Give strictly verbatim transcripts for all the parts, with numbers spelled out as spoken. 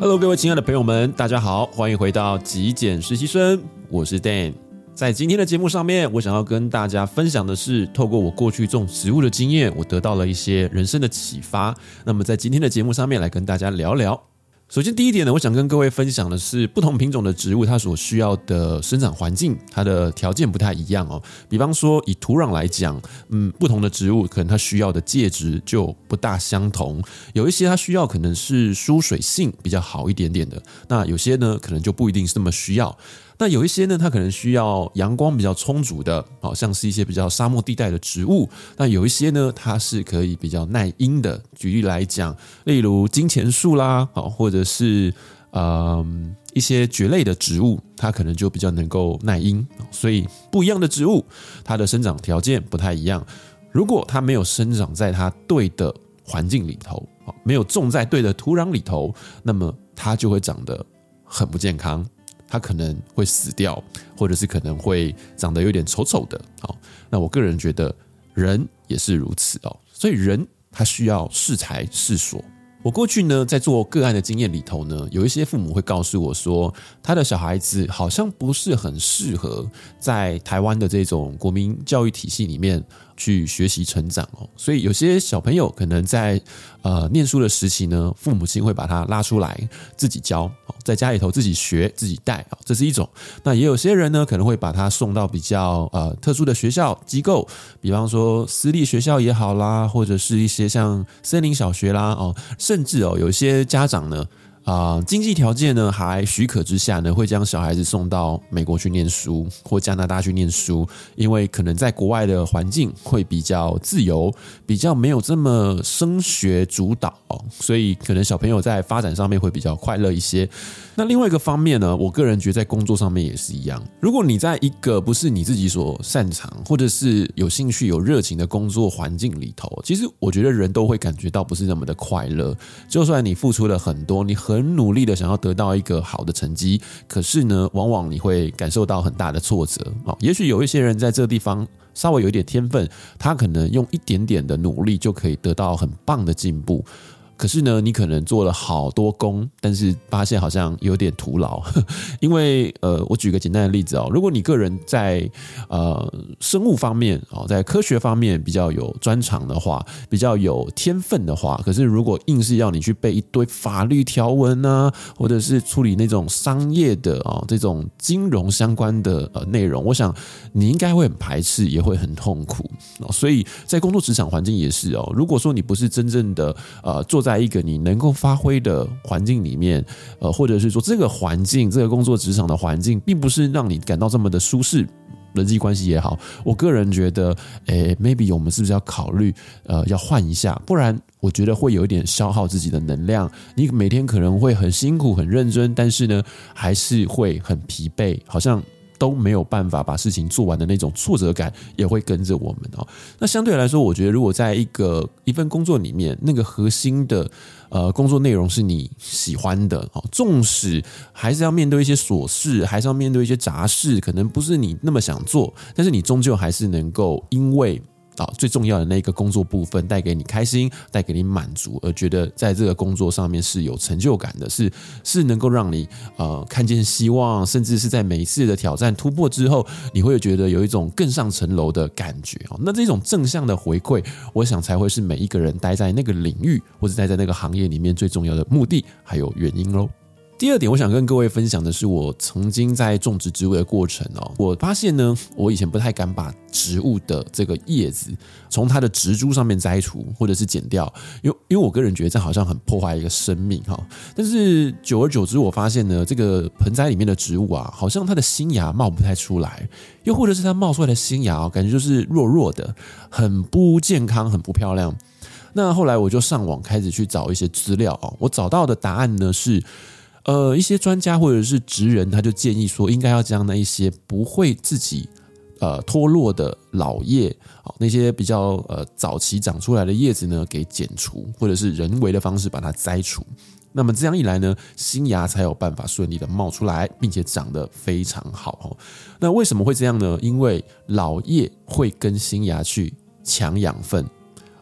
Hello， 各位亲爱的朋友们，大家好，欢迎回到极简实习生，我是 Dan。在今天的节目上面，我想要跟大家分享的是，透过我过去种植物的经验，我得到了一些人生的启发。那么在今天的节目上面来跟大家聊聊。首先第一点呢，我想跟各位分享的是，不同品种的植物它所需要的生长环境，它的条件不太一样哦。比方说以土壤来讲，嗯，不同的植物可能它需要的介质就不大相同，有一些它需要可能是疏水性比较好一点点的，那有些呢可能就不一定是那么需要。那有一些呢，它可能需要阳光比较充足的，好像是一些比较沙漠地带的植物。那有一些呢，它是可以比较耐阴的。举例来讲，例如金钱树啦，或者是呃一些蕨类的植物，它可能就比较能够耐阴。所以不一样的植物，它的生长条件不太一样。如果它没有生长在它对的环境里头，没有种在对的土壤里头，那么它就会长得很不健康。它可能会死掉，或者是可能会长得有点丑丑的。那我个人觉得人也是如此哦，所以人他需要适才适所。我过去呢，在做个案的经验里头呢，有一些父母会告诉我说，他的小孩子好像不是很适合在台湾的这种国民教育体系里面去学习成长哦，所以有些小朋友可能在呃念书的时期呢，父母亲会把他拉出来自己教，在家里头自己学自己带，这是一种。那也有些人呢，可能会把他送到比较呃特殊的学校机构，比方说私立学校也好啦，或者是一些像森林小学啦哦，甚至哦有一些家长呢。啊、呃，经济条件呢还许可之下呢，会将小孩子送到美国去念书，或加拿大去念书，因为可能在国外的环境会比较自由，比较没有这么升学主导，所以可能小朋友在发展上面会比较快乐一些。那另外一个方面呢，我个人觉得在工作上面也是一样。如果你在一个不是你自己所擅长，或者是有兴趣、有热情的工作环境里头，其实我觉得人都会感觉到不是那么的快乐。就算你付出了很多，你很很努力的想要得到一个好的成绩，可是呢，往往你会感受到很大的挫折。也许有一些人在这个地方稍微有一点天分，他可能用一点点的努力就可以得到很棒的进步。可是呢，你可能做了好多工，但是发现好像有点徒劳，因为呃，我举个简单的例子哦，如果你个人在呃生物方面哦，在科学方面比较有专长的话，比较有天分的话，可是如果硬是要你去背一堆法律条文啊，或者是处理那种商业的哦这种金融相关的呃内容，我想你应该会很排斥，也会很痛苦哦。所以在工作职场环境也是哦，如果说你不是真正的呃做在一个你能够发挥的环境里面，呃，或者是说这个环境，这个工作职场的环境，并不是让你感到这么的舒适，人际关系也好，我个人觉得，诶 ，maybe 我们是不是要考虑，呃，要换一下，不然我觉得会有一点消耗自己的能量。你每天可能会很辛苦、很认真，但是呢，还是会很疲惫，好像都没有办法把事情做完的那种挫折感也会跟着我们哦。那相对来说，我觉得如果在一个一份工作里面，那个核心的呃工作内容是你喜欢的哦，纵使还是要面对一些琐事，还是要面对一些杂事，可能不是你那么想做，但是你终究还是能够因为啊，最重要的那个工作部分带给你开心，带给你满足，而觉得在这个工作上面是有成就感的，是是能够让你呃看见希望，甚至是在每一次的挑战突破之后，你会觉得有一种更上层楼的感觉。那这种正向的回馈，我想才会是每一个人待在那个领域或者待在那个行业里面最重要的目的还有原因咯。第二点，我想跟各位分享的是，我曾经在种植植物的过程哦，我发现呢，我以前不太敢把植物的这个叶子从它的植株上面摘除或者是剪掉，因为因为我个人觉得这好像很破坏一个生命哈。但是久而久之，我发现呢，这个盆栽里面的植物啊，好像它的新芽冒不太出来，又或者是它冒出来的新芽哦，感觉就是弱弱的，很不健康，很不漂亮。那后来我就上网开始去找一些资料哦，我找到的答案呢是。呃，一些专家或者是职人，他就建议说，应该要将那一些不会自己呃脱落的老叶，那些比较呃早期长出来的叶子呢，给剪除，或者是人为的方式把它摘除。那么这样一来呢，新芽才有办法顺利的冒出来，并且长得非常好。那为什么会这样呢？因为老叶会跟新芽去抢养分。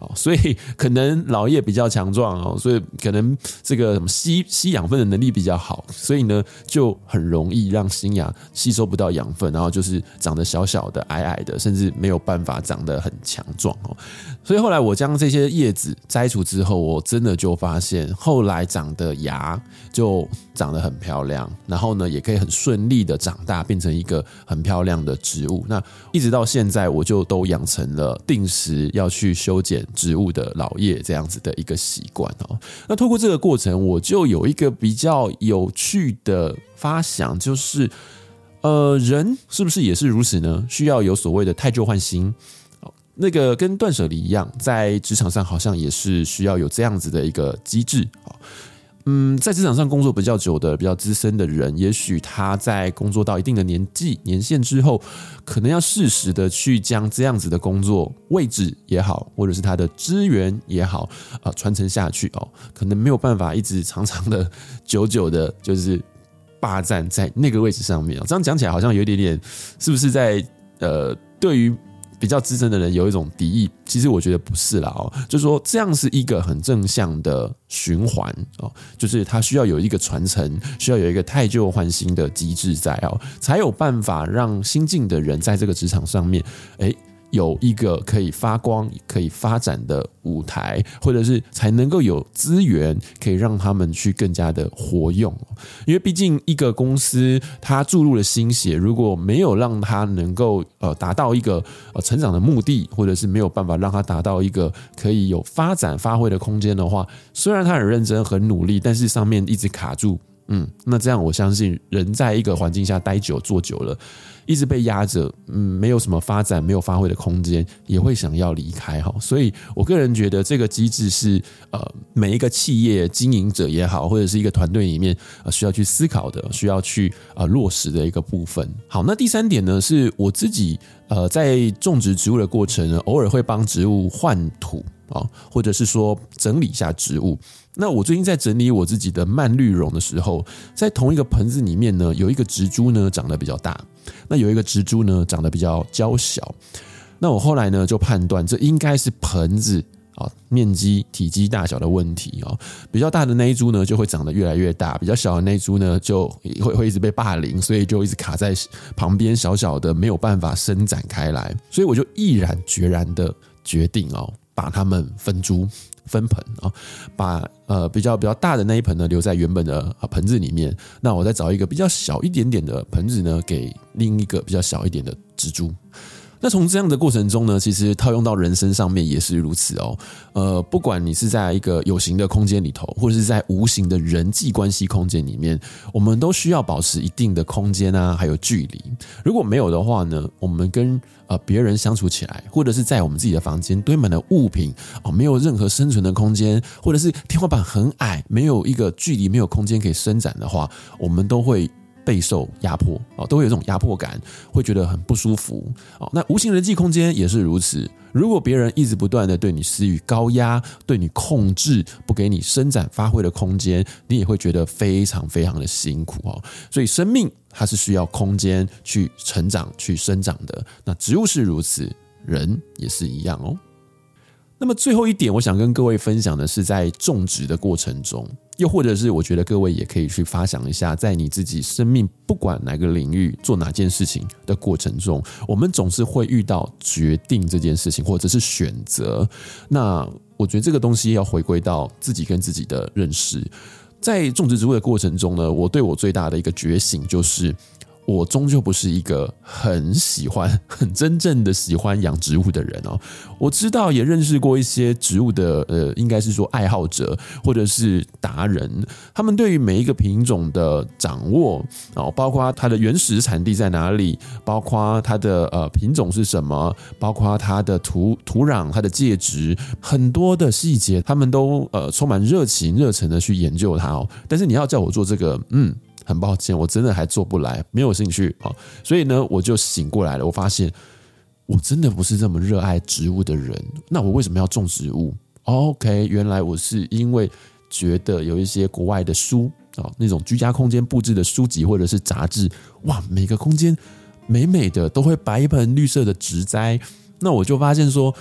所以可能老叶比较强壮，所以可能这个什么吸吸养分的能力比较好，所以呢就很容易让新芽吸收不到养分，然后就是长得小小的、矮矮的，甚至没有办法长得很强壮。所以后来我将这些叶子摘除之后，我真的就发现后来长的芽就长得很漂亮，然后呢也可以很顺利的长大，变成一个很漂亮的植物。那一直到现在，我就都养成了定时要去修剪植物的老叶这样子的一个习惯。那透过这个过程，我就有一个比较有趣的发想，就是呃，人是不是也是如此呢？需要有所谓的汰旧换新。那个跟断舍离一样，在职场上好像也是需要有这样子的一个机制。嗯，在职场上工作比较久的、比较资深的人，也许他在工作到一定的年纪、年限之后，可能要适时的去将这样子的工作位置也好，或者是他的资源也好，呃，传承下去哦。可能没有办法一直长长的、久久的，就是霸占在那个位置上面。这样讲起来好像有一点点，是不是在呃，对于比较资深的人有一种敌意？其实我觉得不是啦哦，就是说这样是一个很正向的循环哦，就是它需要有一个传承，需要有一个汰旧换新的机制在哦，才有办法让新进的人在这个职场上面，哎，有一个可以发光、可以发展的舞台，或者是才能够有资源可以让他们去更加的活用。因为毕竟一个公司它注入了心血，如果没有让它能够呃达到一个呃成长的目的，或者是没有办法让它达到一个可以有发展发挥的空间的话，虽然他很认真很努力，但是上面一直卡住。嗯，那这样我相信人在一个环境下待久做久了，一直被压着，嗯，没有什么发展，没有发挥的空间，也会想要离开哈。所以我个人觉得这个机制是呃每一个企业经营者也好，或者是一个团队里面呃需要去思考的，需要去呃落实的一个部分。好，那第三点呢，是我自己呃在种植植物的过程呢，偶尔会帮植物换土啊，或者是说整理一下植物。那我最近在整理我自己的蔓绿绒的时候，在同一个盆子里面呢，有一个植株呢长得比较大，那有一个植株呢长得比较娇小。那我后来呢就判断，这应该是盆子啊面积、体积大小的问题哦。比较大的那一株呢就会长得越来越大，比较小的那一株呢就会会一直被霸凌，所以就一直卡在旁边小小的，没有办法伸展开来。所以我就毅然决然的决定哦，把它们分株。分盆啊，把呃比较比较大的那一盆呢留在原本的盆子里面，那我再找一个比较小一点点的盆子呢，给另一个比较小一点的植株。那从这样的过程中呢，其实套用到人生上面也是如此哦。呃，不管你是在一个有形的空间里头，或者是在无形的人际关系空间里面，我们都需要保持一定的空间啊，还有距离。如果没有的话呢，我们跟呃别人相处起来，或者是在我们自己的房间堆满了物品哦，没有任何生存的空间，或者是天花板很矮，没有一个距离，没有空间可以伸展的话，我们都会备受压迫，都会有这种压迫感，会觉得很不舒服。那无形人际空间也是如此，如果别人一直不断的对你施予高压，对你控制，不给你伸展发挥的空间，你也会觉得非常非常的辛苦。所以生命它是需要空间去成长去生长的，那植物是如此，人也是一样哦。那么最后一点我想跟各位分享的是，在种植的过程中，又或者是我觉得各位也可以去发想一下，在你自己生命不管哪个领域做哪件事情的过程中，我们总是会遇到决定这件事情，或者是选择。那我觉得这个东西要回归到自己跟自己的认识。在种植植物的过程中呢，我对我最大的一个觉醒就是我终究不是一个很喜欢、很真正的喜欢养植物的人哦。我知道也认识过一些植物的呃，应该是说爱好者或者是达人，他们对于每一个品种的掌握哦，包括它的原始产地在哪里，包括它的呃品种是什么，包括它的土土壤、它的介质，很多的细节，他们都呃充满热情、热忱的去研究它哦。但是你要叫我做这个，嗯。很抱歉，我真的还做不来，没有兴趣。所以呢，我就醒过来了，我发现我真的不是这么热爱植物的人。那我为什么要种植物 ？OK， 原来我是因为觉得有一些国外的书那种居家空间布置的书籍或者是杂志，哇，每个空间美美的都会摆一盆绿色的植栽，那我就发现说，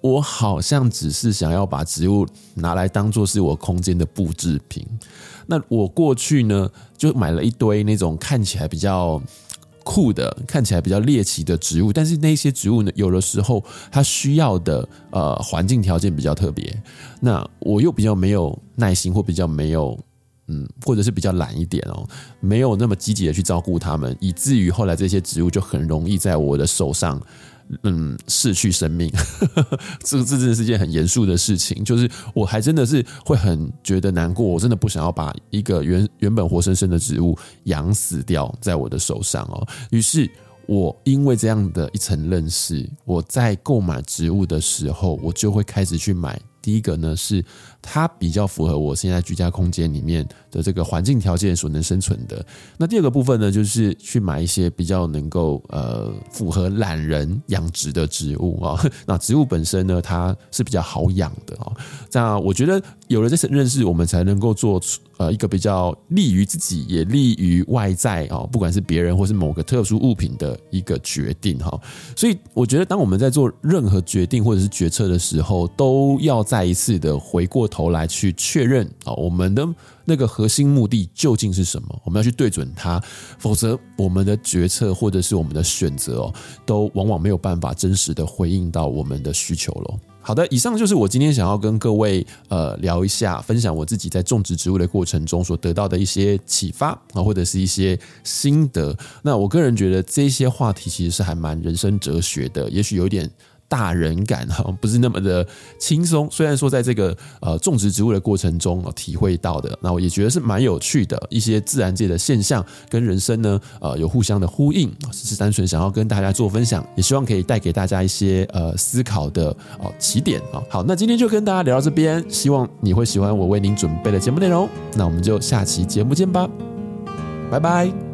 我好像只是想要把植物拿来当作是我空间的布置品。那我过去呢，就买了一堆那种看起来比较酷的、看起来比较猎奇的植物，但是那些植物呢，有的时候它需要的呃环境条件比较特别，那我又比较没有耐心，或比较没有嗯，或者是比较懒一点哦，没有那么积极的去照顾它们，以至于后来这些植物就很容易在我的手上。嗯，逝去生命，这这真的是件很严肃的事情。就是我还真的是会很觉得难过，我真的不想要把一个原原本活生生的植物养死掉在我的手上哦。于是，我因为这样的一层认识，我在购买植物的时候，我就会开始去买。第一个呢，是它比较符合我现在居家空间里面的这个环境条件所能生存的。那第二个部分呢，就是去买一些比较能够呃符合懒人养殖的植物啊。那植物本身呢，它是比较好养的啊。这样我觉得有了这层认识，我们才能够做出呃一个比较利于自己，也利于外在啊，不管是别人或是某个特殊物品的一个决定哈。所以我觉得，当我们在做任何决定或者是决策的时候，都要再一次的回过头来去确认啊，我们的那个核心目的究竟是什么？我们要去对准它，否则我们的决策或者是我们的选择哦，都往往没有办法真实的回应到我们的需求咯。好的，以上就是我今天想要跟各位呃聊一下，分享我自己在种植植物的过程中所得到的一些启发啊，或者是一些心得。那我个人觉得这些话题其实是还蛮人生哲学的，也许有点大人感，不是那么的轻松。虽然说在这个呃种植植物的过程中体会到的，那我也觉得是蛮有趣的一些自然界的现象，跟人生呢呃有互相的呼应，只是单纯想要跟大家做分享，也希望可以带给大家一些呃思考的哦起点啊。好，那今天就跟大家聊到这边，希望你会喜欢我为您准备的节目内容。那我们就下期节目见吧，拜拜。